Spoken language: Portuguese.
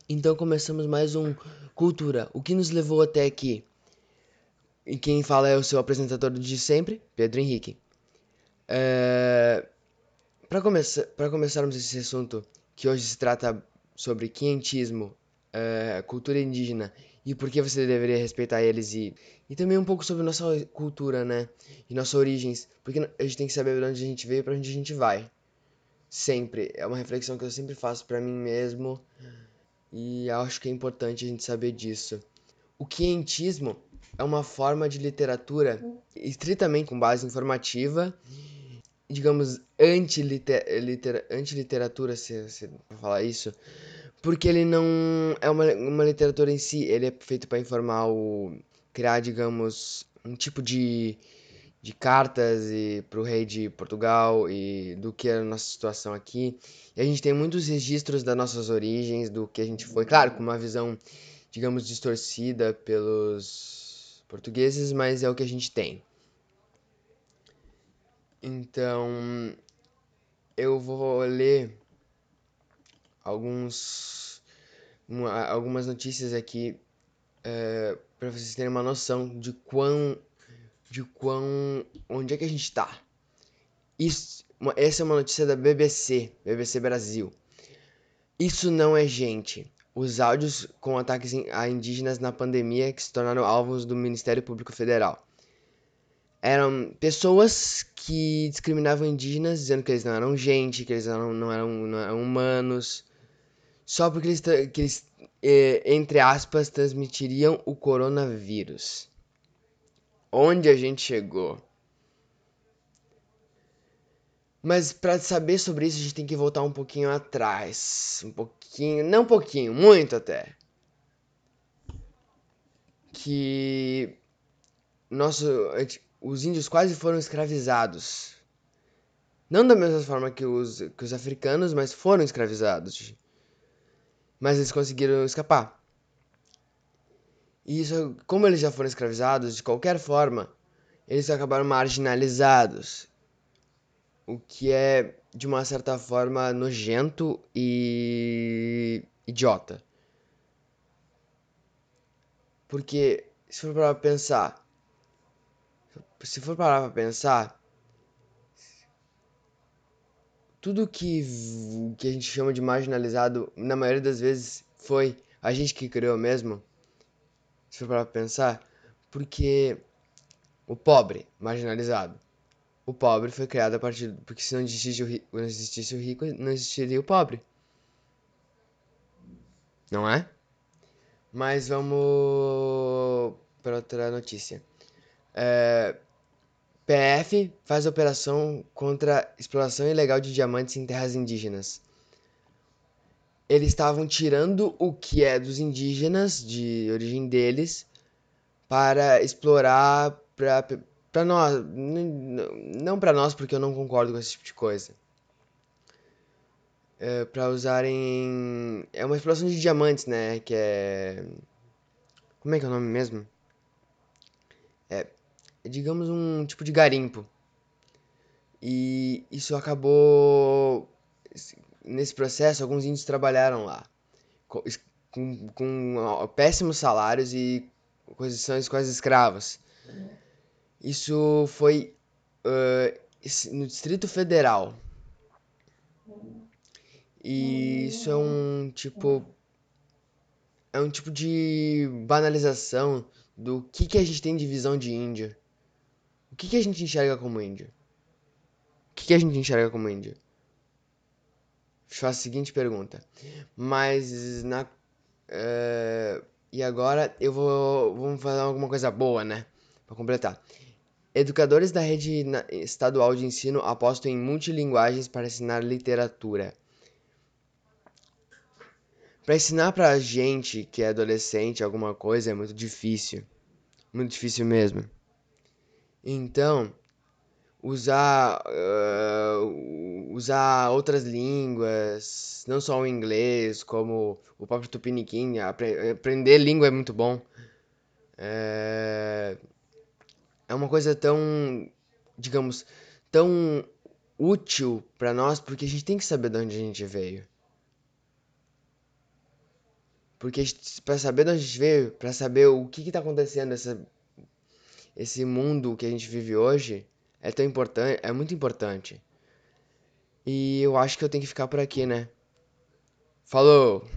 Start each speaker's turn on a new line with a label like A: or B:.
A: Então começamos mais um Cultura, o que nos levou até aqui? E quem fala é o seu apresentador de sempre, Pedro Henrique. Para começarmos esse assunto, que hoje se trata sobre quinhentismo, cultura indígena e por que você deveria respeitar eles e também um pouco sobre nossa cultura, né? E nossas origens, porque a gente tem que saber de onde a gente veio e para onde a gente vai. Sempre. É uma reflexão que eu sempre faço para mim mesmo e acho que é importante a gente saber disso. O quientismo é uma forma de literatura estritamente com base informativa, digamos, anti-literatura, se falar isso, porque ele não é uma literatura em si, ele é feito para informar criar, digamos, um tipo de cartas para o rei de Portugal e do que é a nossa situação aqui. E a gente tem muitos registros das nossas origens, do que a gente foi, claro, com uma visão, digamos, distorcida pelos portugueses, mas é o que a gente tem. Então, eu vou ler algumas notícias aqui para vocês terem uma noção onde é que a gente está. Essa é uma notícia da BBC Brasil. Isso não é gente. Os áudios com ataques a indígenas na pandemia que se tornaram alvos do Ministério Público Federal. Eram pessoas que discriminavam indígenas, dizendo que eles não eram gente, que eles não eram humanos, só porque eles entre aspas, transmitiriam o coronavírus. Onde a gente chegou? Mas para saber sobre isso, a gente tem que voltar um pouquinho atrás. Um pouquinho, não um pouquinho, muito até. Que nosso, os índios quase foram escravizados. Não da mesma forma que os africanos, mas foram escravizados. Mas eles conseguiram escapar. E isso, como eles já foram escravizados, de qualquer forma, eles acabaram marginalizados. O que é, de uma certa forma, nojento e idiota. Porque, se for parar pra pensar, tudo que a gente chama de marginalizado, na maioria das vezes, foi a gente que criou mesmo, se for parar pra pensar, porque o pobre, marginalizado, o pobre foi criado a partir, porque se não existisse o rico, não existiria o pobre, não é? Mas vamos para outra notícia. PF faz operação contra exploração ilegal de diamantes em terras indígenas. Eles estavam tirando o que é dos indígenas, de origem deles, para explorar para nós. Não para nós, porque eu não concordo com esse tipo de coisa. Para usarem. É uma exploração de diamantes, né? Que é. Como é que é o nome mesmo? É, digamos, um tipo de garimpo. E isso acabou. Nesse processo, alguns índios trabalharam lá. Com, com péssimos salários e condições quase escravas. Isso foi no Distrito Federal. E isso é um tipo de banalização do que a gente tem de visão de índio. O que a gente enxerga como índio? O que a gente enxerga como índio? Faço a seguinte pergunta. Mas na e agora vamos fazer alguma coisa boa, né? Pra completar. Educadores da rede estadual de ensino apostam em multilinguagens para ensinar literatura. Para ensinar pra gente que é adolescente alguma coisa é muito difícil. Muito difícil mesmo. Então, usar outras línguas, não só o inglês, como o próprio tupiniquim, aprender língua é muito bom. É, é uma coisa tão, digamos, tão útil pra nós, porque a gente tem que saber de onde a gente veio. Porque pra saber de onde a gente veio, pra saber o que tá acontecendo, esse mundo que a gente vive hoje, é tão importante, é muito importante. E eu acho que eu tenho que ficar por aqui, né? Falou!